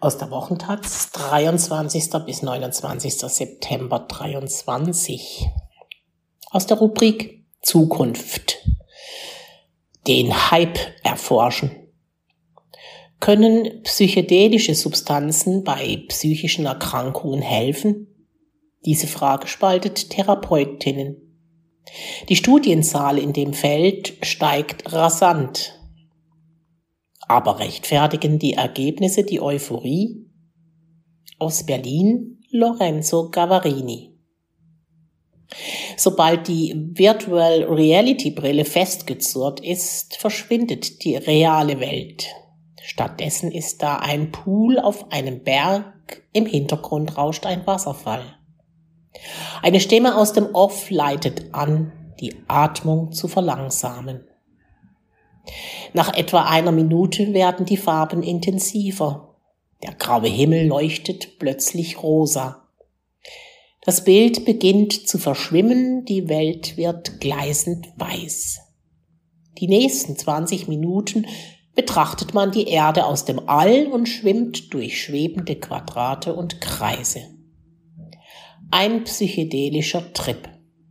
Aus der Wochentaz, 23. bis 29. September 23. Aus der Rubrik Zukunft. Den Hype erforschen. Können psychedelische Substanzen bei psychischen Erkrankungen helfen? Diese Frage spaltet Therapeutinnen. Die Studienzahl in dem Feld steigt rasant. Aber rechtfertigen die Ergebnisse die Euphorie? Aus Berlin, Lorenzo Gavarini. Sobald die Virtual Reality Brille festgezurrt ist, verschwindet die reale Welt. Stattdessen ist da ein Pool auf einem Berg, im Hintergrund rauscht ein Wasserfall. Eine Stimme aus dem Off leitet an, die Atmung zu verlangsamen. Nach etwa einer Minute werden die Farben intensiver. Der graue Himmel leuchtet plötzlich rosa. Das Bild beginnt zu verschwimmen, die Welt wird gleißend weiß. Die nächsten 20 Minuten betrachtet man die Erde aus dem All und schwimmt durch schwebende Quadrate und Kreise. Ein psychedelischer Trip.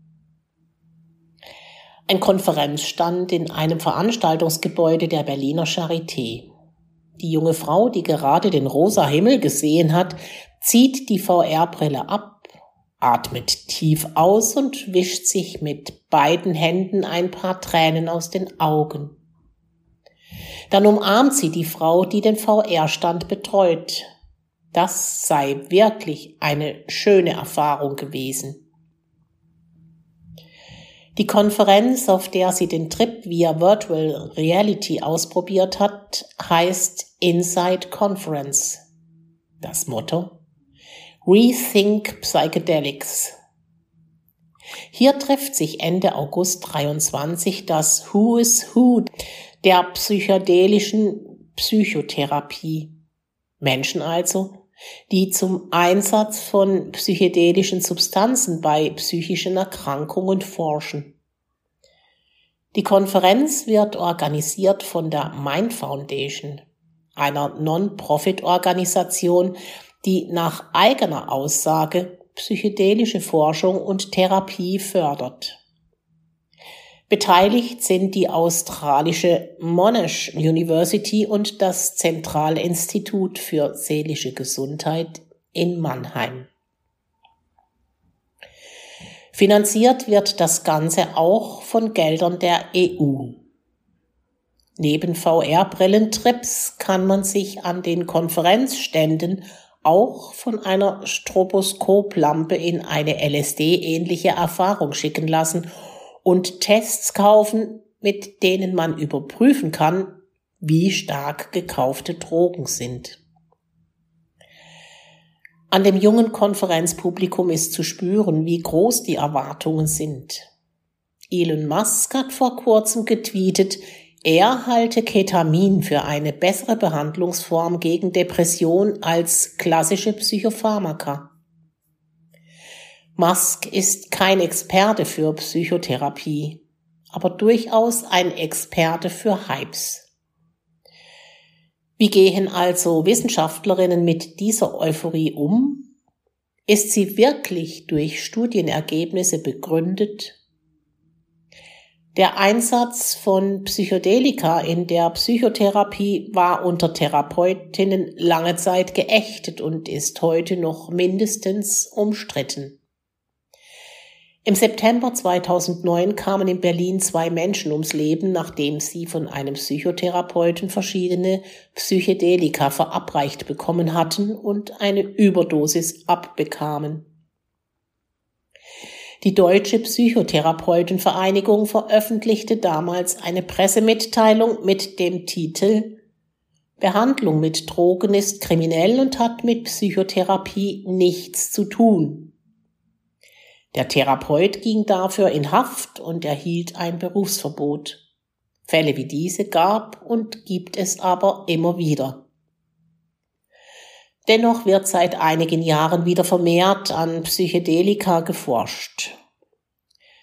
Ein Konferenzstand in einem Veranstaltungsgebäude der Berliner Charité. Die junge Frau, die gerade den rosa Himmel gesehen hat, zieht die VR-Brille ab, atmet tief aus und wischt sich mit beiden Händen ein paar Tränen aus den Augen. Dann umarmt sie die Frau, die den VR-Stand betreut. Das sei wirklich eine schöne Erfahrung gewesen. Die Konferenz, auf der sie den Trip via Virtual Reality ausprobiert hat, heißt Inside Conference. Das Motto: Rethink Psychedelics. Hier trifft sich Ende August 23 das Who is Who der psychedelischen Psychotherapie. Menschen also, die zum Einsatz von psychedelischen Substanzen bei psychischen Erkrankungen forschen. Die Konferenz wird organisiert von der Mind Foundation, einer Non-Profit-Organisation, die nach eigener Aussage psychedelische Forschung und Therapie fördert. Beteiligt sind die australische Monash University und das Zentralinstitut für seelische Gesundheit in Mannheim. Finanziert wird das Ganze auch von Geldern der EU. Neben VR-Brillentrips kann man sich an den Konferenzständen auch von einer Stroboskoplampe in eine LSD-ähnliche Erfahrung schicken lassen und Tests kaufen, mit denen man überprüfen kann, wie stark gekaufte Drogen sind. An dem jungen Konferenzpublikum ist zu spüren, wie groß die Erwartungen sind. Elon Musk hat vor kurzem getweetet, er halte Ketamin für eine bessere Behandlungsform gegen Depression als klassische Psychopharmaka. Musk ist kein Experte für Psychotherapie, aber durchaus ein Experte für Hypes. Wie gehen also Wissenschaftlerinnen mit dieser Euphorie um? Ist sie wirklich durch Studienergebnisse begründet? Der Einsatz von Psychedelika in der Psychotherapie war unter Therapeutinnen lange Zeit geächtet und ist heute noch mindestens umstritten. Im September 2009 kamen in Berlin 2 Menschen ums Leben, nachdem sie von einem Psychotherapeuten verschiedene Psychedelika verabreicht bekommen hatten und eine Überdosis abbekamen. Die Deutsche Psychotherapeutenvereinigung veröffentlichte damals eine Pressemitteilung mit dem Titel „Behandlung mit Drogen ist kriminell und hat mit Psychotherapie nichts zu tun“. Der Therapeut ging dafür in Haft und erhielt ein Berufsverbot. Fälle wie diese gab und gibt es aber immer wieder. Dennoch wird seit einigen Jahren wieder vermehrt an Psychedelika geforscht.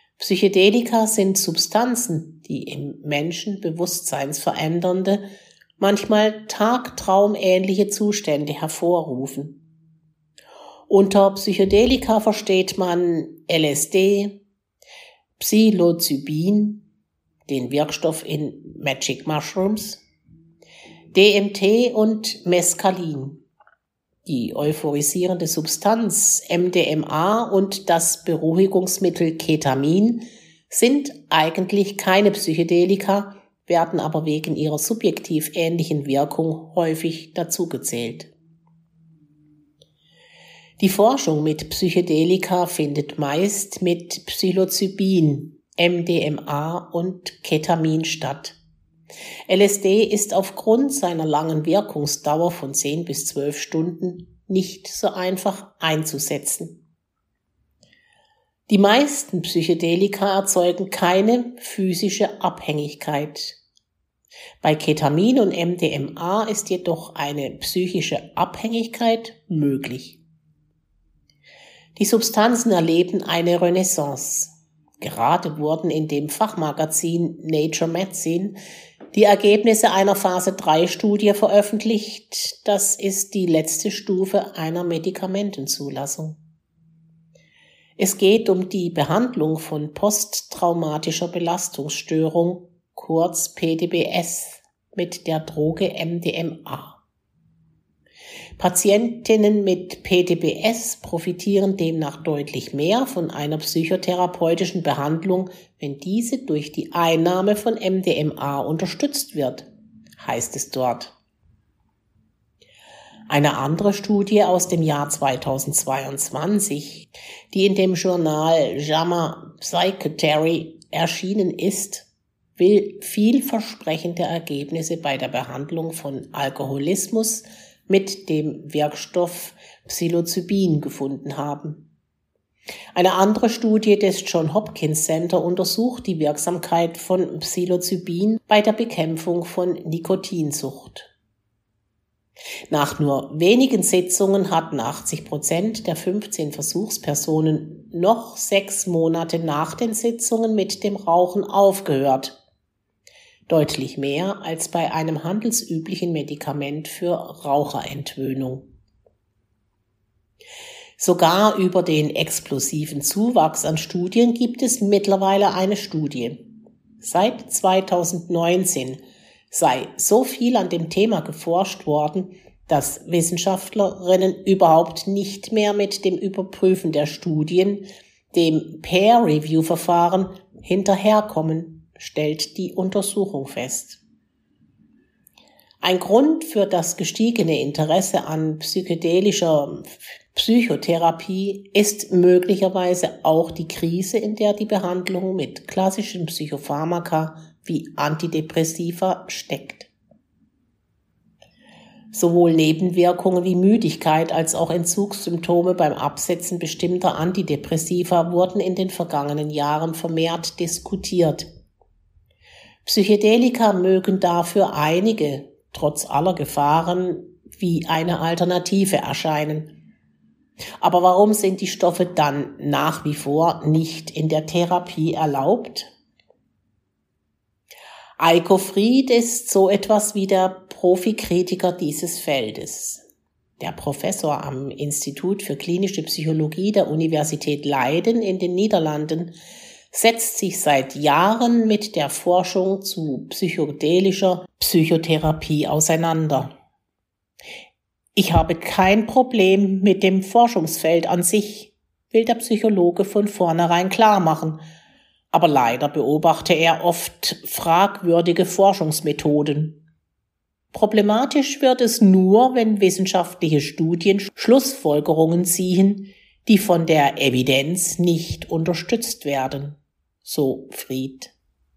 Psychedelika sind Substanzen, die im Menschen bewusstseinsverändernde, manchmal tagtraumähnliche Zustände hervorrufen. Unter Psychedelika versteht man LSD, Psilocybin, den Wirkstoff in Magic Mushrooms, DMT und Mescalin, die euphorisierende Substanz MDMA und das Beruhigungsmittel Ketamin sind eigentlich keine Psychedelika, werden aber wegen ihrer subjektiv ähnlichen Wirkung häufig dazugezählt. Die Forschung mit Psychedelika findet meist mit Psilocybin, MDMA und Ketamin statt. LSD ist aufgrund seiner langen Wirkungsdauer von 10 bis 12 Stunden nicht so einfach einzusetzen. Die meisten Psychedelika erzeugen keine physische Abhängigkeit. Bei Ketamin und MDMA ist jedoch eine psychische Abhängigkeit möglich. Die Substanzen erleben eine Renaissance. Gerade wurden in dem Fachmagazin Nature Medicine die Ergebnisse einer Phase-3-Studie veröffentlicht. Das ist die letzte Stufe einer Medikamentenzulassung. Es geht um die Behandlung von posttraumatischer Belastungsstörung, kurz PTBS, mit der Droge MDMA. Patientinnen mit PTBS profitieren demnach deutlich mehr von einer psychotherapeutischen Behandlung, wenn diese durch die Einnahme von MDMA unterstützt wird, heißt es dort. Eine andere Studie aus dem Jahr 2022, die in dem Journal JAMA Psychiatry erschienen ist, will vielversprechende Ergebnisse bei der Behandlung von Alkoholismus mit dem Wirkstoff Psilocybin gefunden haben. Eine andere Studie des Johns Hopkins Center untersucht die Wirksamkeit von Psilocybin bei der Bekämpfung von Nikotinsucht. Nach nur wenigen Sitzungen hatten 80% der 15 Versuchspersonen noch 6 Monate nach den Sitzungen mit dem Rauchen aufgehört. Deutlich mehr als bei einem handelsüblichen Medikament für Raucherentwöhnung. Sogar über den explosiven Zuwachs an Studien gibt es mittlerweile eine Studie. Seit 2019 sei so viel an dem Thema geforscht worden, dass Wissenschaftlerinnen überhaupt nicht mehr mit dem Überprüfen der Studien, dem Peer-Review-Verfahren, hinterherkommen, stellt die Untersuchung fest. Ein Grund für das gestiegene Interesse an psychedelischer Psychotherapie ist möglicherweise auch die Krise, in der die Behandlung mit klassischen Psychopharmaka wie Antidepressiva steckt. Sowohl Nebenwirkungen wie Müdigkeit als auch Entzugssymptome beim Absetzen bestimmter Antidepressiva wurden in den vergangenen Jahren vermehrt diskutiert. Psychedelika mögen dafür einige, trotz aller Gefahren, wie eine Alternative erscheinen. Aber warum sind die Stoffe dann nach wie vor nicht in der Therapie erlaubt? Eiko Fried ist so etwas wie der Profikritiker dieses Feldes. Der Professor am Institut für klinische Psychologie der Universität Leiden in den Niederlanden setzt sich seit Jahren mit der Forschung zu psychedelischer Psychotherapie auseinander. Ich habe kein Problem mit dem Forschungsfeld an sich, will der Psychologe von vornherein klar machen. Aber leider beobachte er oft fragwürdige Forschungsmethoden. Problematisch wird es nur, wenn wissenschaftliche Studien Schlussfolgerungen ziehen, die von der Evidenz nicht unterstützt werden. So Fried.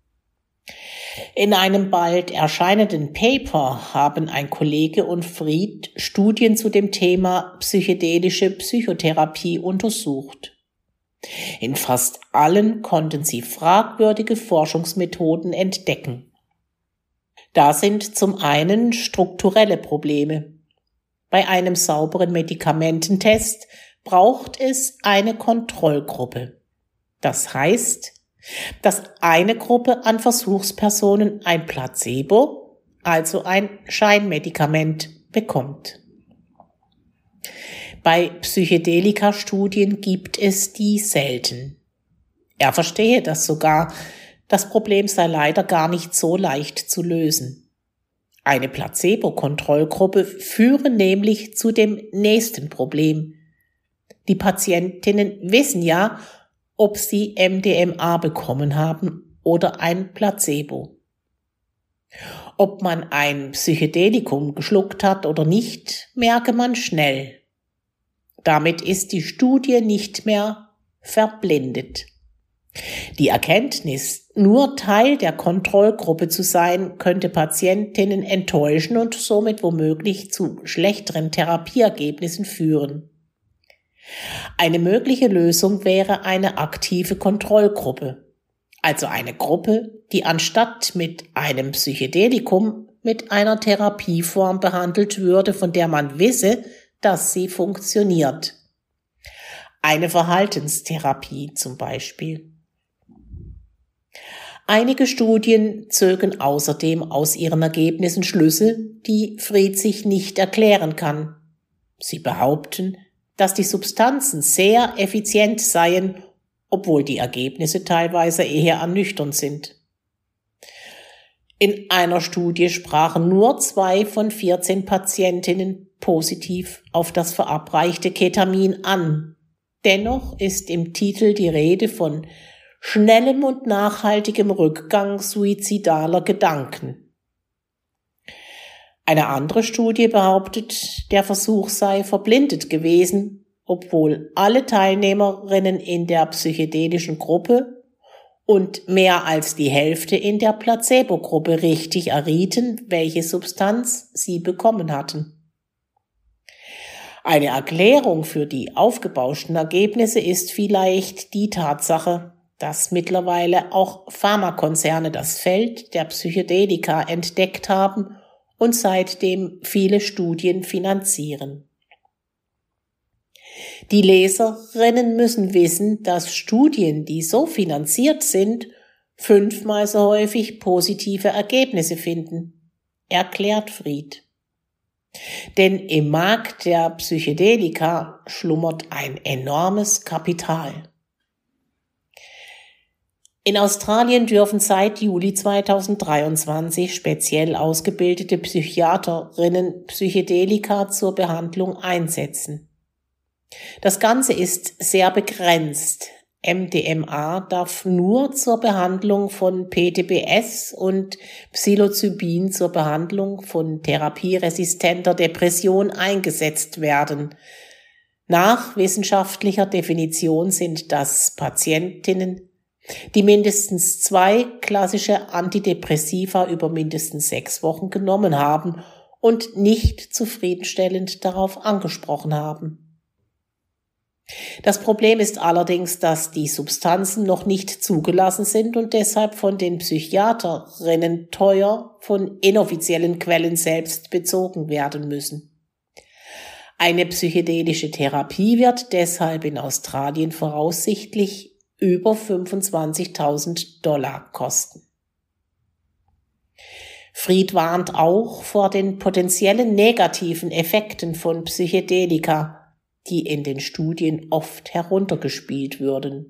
In einem bald erscheinenden Paper haben ein Kollege und Fried Studien zu dem Thema psychedelische Psychotherapie untersucht. In fast allen konnten sie fragwürdige Forschungsmethoden entdecken. Da sind zum einen strukturelle Probleme. Bei einem sauberen Medikamententest braucht es eine Kontrollgruppe. Das heißt, dass eine Gruppe an Versuchspersonen ein Placebo, also ein Scheinmedikament, bekommt. Bei Psychedelika-Studien gibt es die selten. Er verstehe das sogar, das Problem sei leider gar nicht so leicht zu lösen. Eine Placebo-Kontrollgruppe führe nämlich zu dem nächsten Problem. Die Patientinnen wissen ja, ob sie MDMA bekommen haben oder ein Placebo. Ob man ein Psychedelikum geschluckt hat oder nicht, merke man schnell. Damit ist die Studie nicht mehr verblindet. Die Erkenntnis, nur Teil der Kontrollgruppe zu sein, könnte Patientinnen enttäuschen und somit womöglich zu schlechteren Therapieergebnissen führen. Eine mögliche Lösung wäre eine aktive Kontrollgruppe, also eine Gruppe, die anstatt mit einem Psychedelikum mit einer Therapieform behandelt würde, von der man wisse, dass sie funktioniert. Eine Verhaltenstherapie zum Beispiel. Einige Studien zögen außerdem aus ihren Ergebnissen Schlüsse, die Fried sich nicht erklären kann. Sie behaupten, dass die Substanzen sehr effizient seien, obwohl die Ergebnisse teilweise eher ernüchternd sind. In einer Studie sprachen nur 2 von 14 Patientinnen positiv auf das verabreichte Ketamin an. Dennoch ist im Titel die Rede von schnellem und nachhaltigem Rückgang suizidaler Gedanken. Eine andere Studie behauptet, der Versuch sei verblindet gewesen, obwohl alle Teilnehmerinnen in der psychedelischen Gruppe und mehr als die Hälfte in der Placebo-Gruppe richtig errieten, welche Substanz sie bekommen hatten. Eine Erklärung für die aufgebauschten Ergebnisse ist vielleicht die Tatsache, dass mittlerweile auch Pharmakonzerne das Feld der Psychedelika entdeckt haben und seitdem viele Studien finanzieren. Die Leserinnen müssen wissen, dass Studien, die so finanziert sind, 5-mal so häufig positive Ergebnisse finden, erklärt Fried. Denn im Markt der Psychedelika schlummert ein enormes Kapital. In Australien dürfen seit Juli 2023 speziell ausgebildete Psychiaterinnen Psychedelika zur Behandlung einsetzen. Das Ganze ist sehr begrenzt. MDMA darf nur zur Behandlung von PTBS und Psilocybin zur Behandlung von therapieresistenter Depression eingesetzt werden. Nach wissenschaftlicher Definition sind das Patientinnen, die mindestens 2 klassische Antidepressiva über mindestens 6 Wochen genommen haben und nicht zufriedenstellend darauf angesprochen haben. Das Problem ist allerdings, dass die Substanzen noch nicht zugelassen sind und deshalb von den Psychiaterinnen teuer von inoffiziellen Quellen selbst bezogen werden müssen. Eine psychedelische Therapie wird deshalb in Australien voraussichtlich über $25.000 kosten. Fried warnt auch vor den potenziellen negativen Effekten von Psychedelika, die in den Studien oft heruntergespielt würden.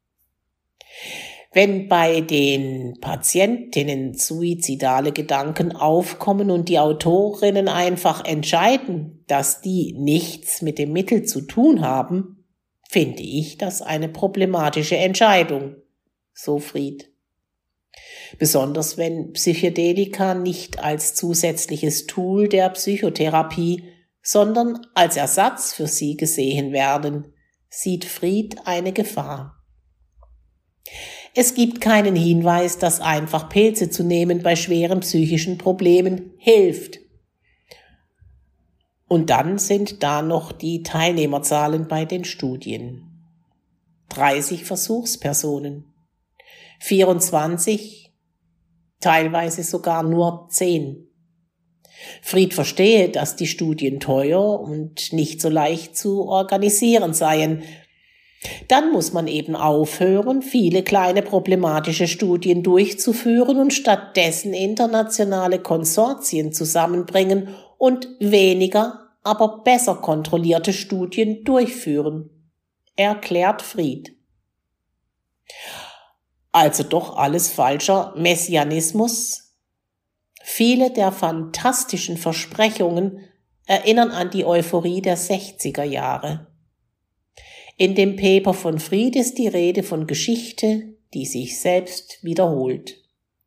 Wenn bei den Patientinnen suizidale Gedanken aufkommen und die Autorinnen einfach entscheiden, dass die nichts mit dem Mittel zu tun haben, finde ich das eine problematische Entscheidung, so Fried. Besonders wenn Psychedelika nicht als zusätzliches Tool der Psychotherapie, sondern als Ersatz für sie gesehen werden, sieht Fried eine Gefahr. Es gibt keinen Hinweis, dass einfach Pilze zu nehmen bei schweren psychischen Problemen hilft. Und dann sind da noch die Teilnehmerzahlen bei den Studien. 30 Versuchspersonen, 24, teilweise sogar nur 10. Fried verstehe, dass die Studien teuer und nicht so leicht zu organisieren seien. Dann muss man eben aufhören, viele kleine problematische Studien durchzuführen und stattdessen internationale Konsortien zusammenbringen und weniger, aber besser kontrollierte Studien durchführen, erklärt Fried. Also doch alles falscher Messianismus? Viele der fantastischen Versprechungen erinnern an die Euphorie der 60er Jahre. In dem Paper von Fried ist die Rede von Geschichte, die sich selbst wiederholt.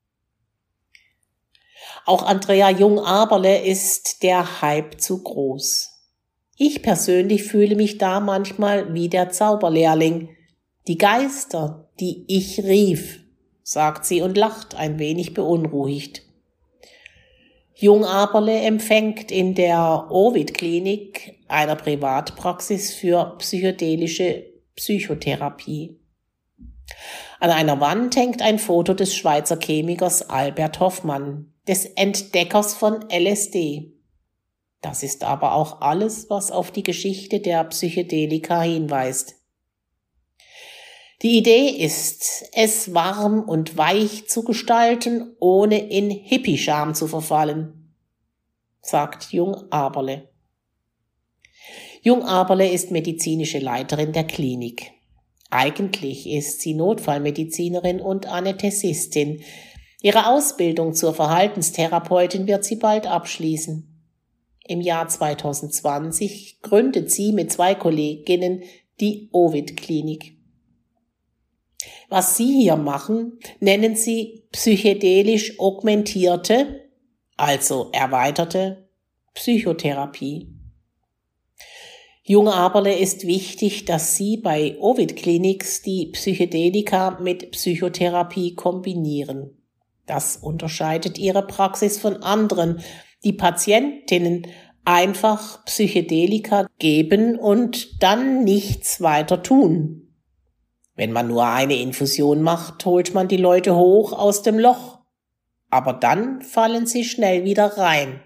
Auch Andrea Jung-Aberle ist der Hype zu groß. Ich persönlich fühle mich da manchmal wie der Zauberlehrling. Die Geister, die ich rief, sagt sie und lacht ein wenig beunruhigt. Jung-Aberle empfängt in der Ovid-Klinik, einer Privatpraxis für psychedelische Psychotherapie. An einer Wand hängt ein Foto des Schweizer Chemikers Albert Hofmann, des Entdeckers von LSD. Das ist aber auch alles, was auf die Geschichte der Psychedelika hinweist. Die Idee ist, es warm und weich zu gestalten, ohne in Hippie-Charme zu verfallen, sagt Jung-Aberle. Jung-Aberle ist medizinische Leiterin der Klinik. Eigentlich ist sie Notfallmedizinerin und Anästhesistin. Ihre Ausbildung zur Verhaltenstherapeutin wird sie bald abschließen. Im Jahr 2020 gründet sie mit 2 Kolleginnen die Ovid-Klinik. Was sie hier machen, nennen sie psychedelisch augmentierte, also erweiterte Psychotherapie. Jung-Aberle ist wichtig, dass sie bei Ovid Clinics die Psychedelika mit Psychotherapie kombinieren. Das unterscheidet ihre Praxis von anderen, die Patientinnen einfach Psychedelika geben und dann nichts weiter tun. Wenn man nur eine Infusion macht, holt man die Leute hoch aus dem Loch. Aber dann fallen sie schnell wieder rein.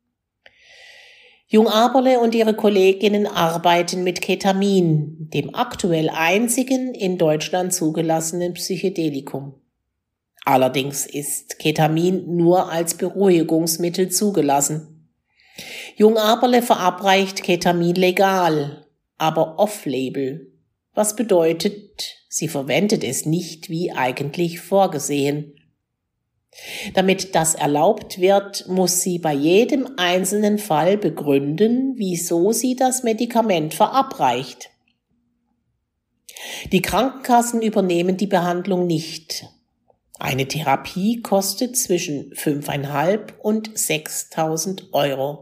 Jung-Aberle und ihre Kolleginnen arbeiten mit Ketamin, dem aktuell einzigen in Deutschland zugelassenen Psychedelikum. Allerdings ist Ketamin nur als Beruhigungsmittel zugelassen. Jung-Aberle verabreicht Ketamin legal, aber off-label. Was bedeutet, sie verwendet es nicht wie eigentlich vorgesehen. Damit das erlaubt wird, muss sie bei jedem einzelnen Fall begründen, wieso sie das Medikament verabreicht. Die Krankenkassen übernehmen die Behandlung nicht. Eine Therapie kostet zwischen 5.500 und 6.000 Euro.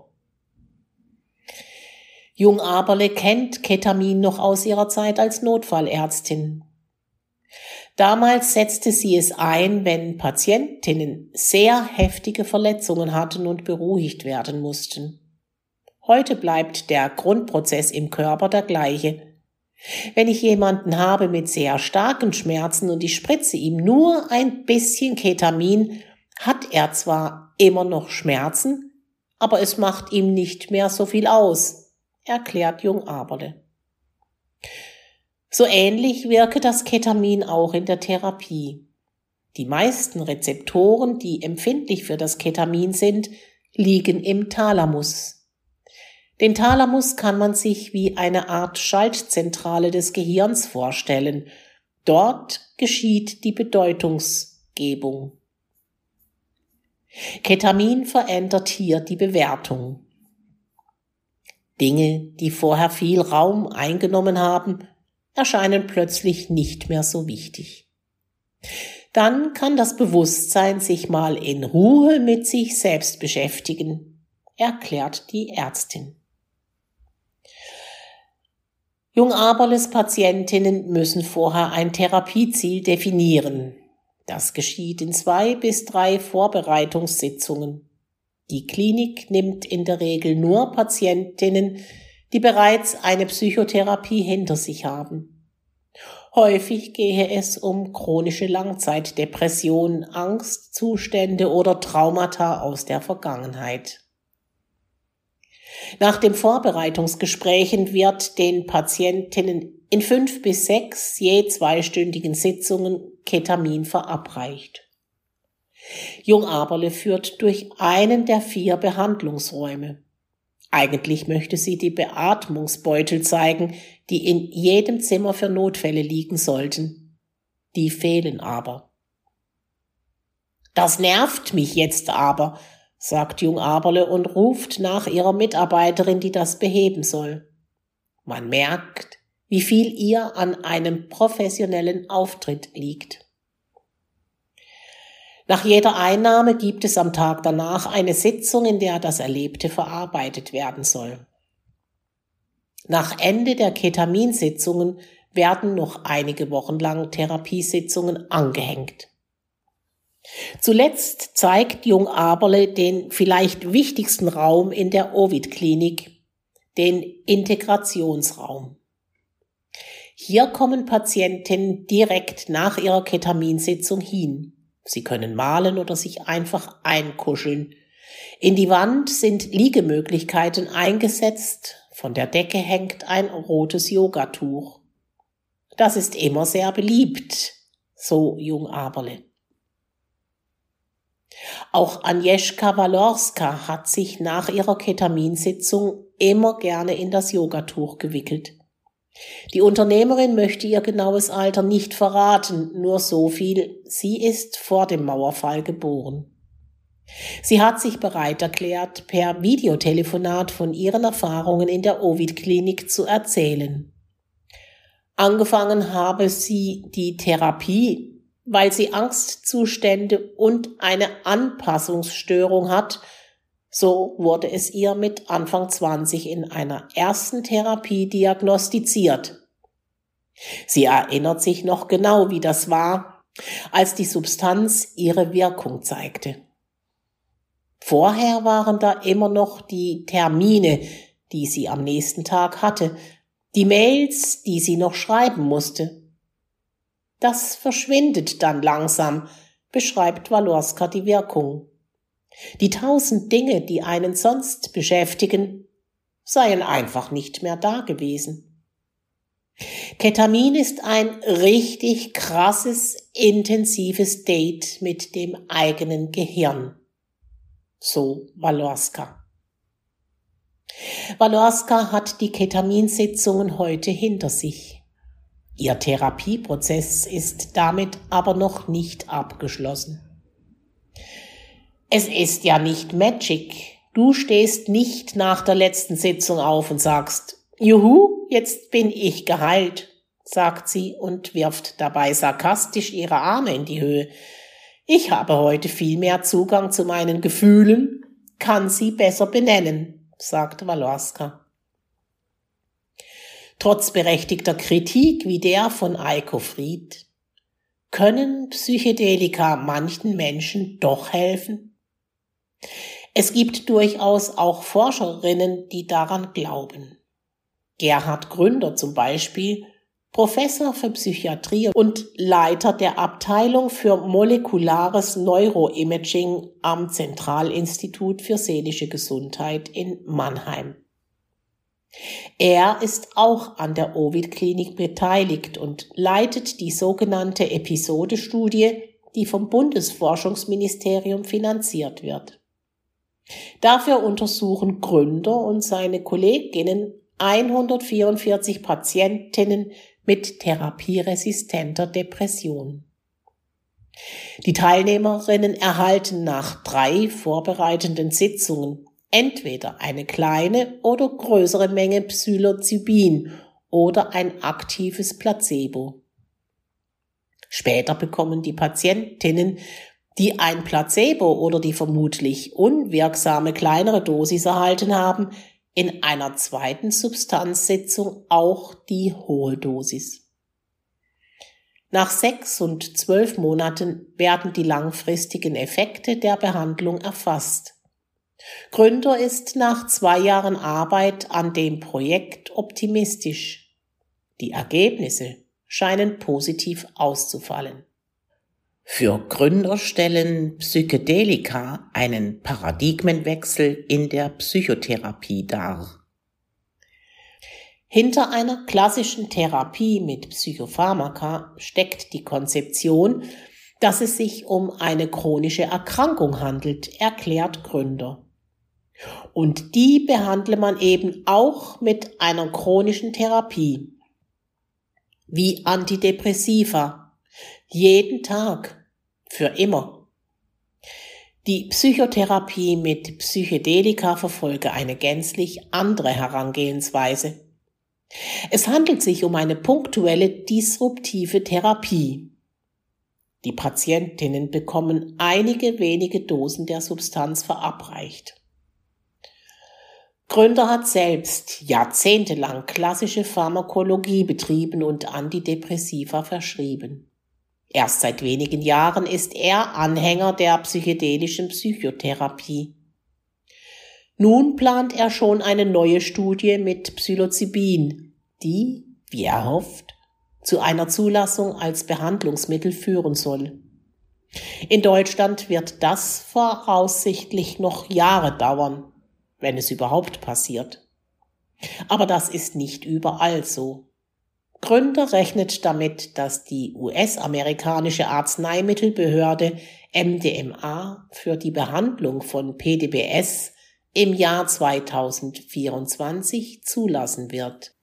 Jung-Aberle kennt Ketamin noch aus ihrer Zeit als Notfallärztin. Damals setzte sie es ein, wenn Patientinnen sehr heftige Verletzungen hatten und beruhigt werden mussten. Heute bleibt der Grundprozess im Körper der gleiche. Wenn ich jemanden habe mit sehr starken Schmerzen und ich spritze ihm nur ein bisschen Ketamin, hat er zwar immer noch Schmerzen, aber es macht ihm nicht mehr so viel aus, erklärt Jung-Aberle. So ähnlich wirke das Ketamin auch in der Therapie. Die meisten Rezeptoren, die empfindlich für das Ketamin sind, liegen im Thalamus. Den Thalamus kann man sich wie eine Art Schaltzentrale des Gehirns vorstellen. Dort geschieht die Bedeutungsgebung. Ketamin verändert hier die Bewertung. Dinge, die vorher viel Raum eingenommen haben, erscheinen plötzlich nicht mehr so wichtig. Dann kann das Bewusstsein sich mal in Ruhe mit sich selbst beschäftigen, erklärt die Ärztin. Jung-Aberles Patientinnen müssen vorher ein Therapieziel definieren. Das geschieht in 2 bis 3 Vorbereitungssitzungen. Die Klinik nimmt in der Regel nur Patientinnen, die bereits eine Psychotherapie hinter sich haben. Häufig gehe es um chronische Langzeitdepressionen, Angstzustände oder Traumata aus der Vergangenheit. Nach den Vorbereitungsgesprächen wird den Patientinnen in 5 bis 6 je 2-stündigen Sitzungen Ketamin verabreicht. Jung Aberle führt durch einen der 4 Behandlungsräume. Eigentlich möchte sie die Beatmungsbeutel zeigen, die in jedem Zimmer für Notfälle liegen sollten. Die fehlen aber. Das nervt mich jetzt aber, sagt Jung Aberle und ruft nach ihrer Mitarbeiterin, die das beheben soll. Man merkt, wie viel ihr an einem professionellen Auftritt liegt. Nach jeder Einnahme gibt es am Tag danach eine Sitzung, in der das Erlebte verarbeitet werden soll. Nach Ende der Ketaminsitzungen werden noch einige Wochen lang Therapiesitzungen angehängt. Zuletzt zeigt Jung Aberle den vielleicht wichtigsten Raum in der Ovid-Klinik, den Integrationsraum. Hier kommen Patientinnen direkt nach ihrer Ketaminsitzung hin. Sie können malen oder sich einfach einkuscheln. In die Wand sind Liegemöglichkeiten eingesetzt, von der Decke hängt ein rotes Yogatuch. Das ist immer sehr beliebt, so Jung Aberle. Auch Agnieszka Walorska hat sich nach ihrer Ketaminsitzung immer gerne in das Yogatuch gewickelt. Die Unternehmerin möchte ihr genaues Alter nicht verraten, nur so viel: sie ist vor dem Mauerfall geboren. Sie hat sich bereit erklärt, per Videotelefonat von ihren Erfahrungen in der Ovid-Klinik zu erzählen. Angefangen habe sie die Therapie, weil sie Angstzustände und eine Anpassungsstörung hat. So wurde es ihr mit Anfang 20 in einer ersten Therapie diagnostiziert. Sie erinnert sich noch genau, wie das war, als die Substanz ihre Wirkung zeigte. Vorher waren da immer noch die Termine, die sie am nächsten Tag hatte, die Mails, die sie noch schreiben musste. Das verschwindet dann langsam, beschreibt Walorska die Wirkung. Die 1000 Dinge, die einen sonst beschäftigen, seien einfach nicht mehr da gewesen. Ketamin ist ein richtig krasses, intensives Date mit dem eigenen Gehirn. So Walorska. Walorska hat die Ketaminsitzungen heute hinter sich. Ihr Therapieprozess ist damit aber noch nicht abgeschlossen. Es ist ja nicht Magic. Du stehst nicht nach der letzten Sitzung auf und sagst: Juhu, jetzt bin ich geheilt, sagt sie und wirft dabei sarkastisch ihre Arme in die Höhe. Ich habe heute viel mehr Zugang zu meinen Gefühlen, kann sie besser benennen, sagt Walorska. Trotz berechtigter Kritik wie der von Eiko Fried, können Psychedelika manchen Menschen doch helfen? Es gibt durchaus auch Forscherinnen, die daran glauben. Gerhard Gründer zum Beispiel, Professor für Psychiatrie und Leiter der Abteilung für molekulares Neuroimaging am Zentralinstitut für seelische Gesundheit in Mannheim. Er ist auch an der Ovid-Klinik beteiligt und leitet die sogenannte Episode-Studie, die vom Bundesforschungsministerium finanziert wird. Dafür untersuchen Gründer und seine Kolleginnen 144 Patientinnen mit therapieresistenter Depression. Die Teilnehmerinnen erhalten nach 3 vorbereitenden Sitzungen entweder eine kleine oder größere Menge Psilocybin oder ein aktives Placebo. Später bekommen die Patientinnen, die ein Placebo oder die vermutlich unwirksame kleinere Dosis erhalten haben, in einer zweiten Substanzsitzung auch die hohe Dosis. Nach 6 und 12 Monaten werden die langfristigen Effekte der Behandlung erfasst. Gründer ist nach 2 Jahren Arbeit an dem Projekt optimistisch. Die Ergebnisse scheinen positiv auszufallen. Für Gründer stellen Psychedelika einen Paradigmenwechsel in der Psychotherapie dar. Hinter einer klassischen Therapie mit Psychopharmaka steckt die Konzeption, dass es sich um eine chronische Erkrankung handelt, erklärt Gründer. Und die behandle man eben auch mit einer chronischen Therapie, wie Antidepressiva, jeden Tag, für immer. Die Psychotherapie mit Psychedelika verfolge eine gänzlich andere Herangehensweise. Es handelt sich um eine punktuelle disruptive Therapie. Die Patientinnen bekommen einige wenige Dosen der Substanz verabreicht. Gründer hat selbst jahrzehntelang klassische Pharmakologie betrieben und Antidepressiva verschrieben. Erst seit wenigen Jahren ist er Anhänger der psychedelischen Psychotherapie. Nun plant er schon eine neue Studie mit Psilocybin, die, wie er hofft, zu einer Zulassung als Behandlungsmittel führen soll. In Deutschland wird das voraussichtlich noch Jahre dauern, wenn es überhaupt passiert. Aber das ist nicht überall so. Gründer rechnet damit, dass die US-amerikanische Arzneimittelbehörde MDMA für die Behandlung von PDBS im Jahr 2024 zulassen wird.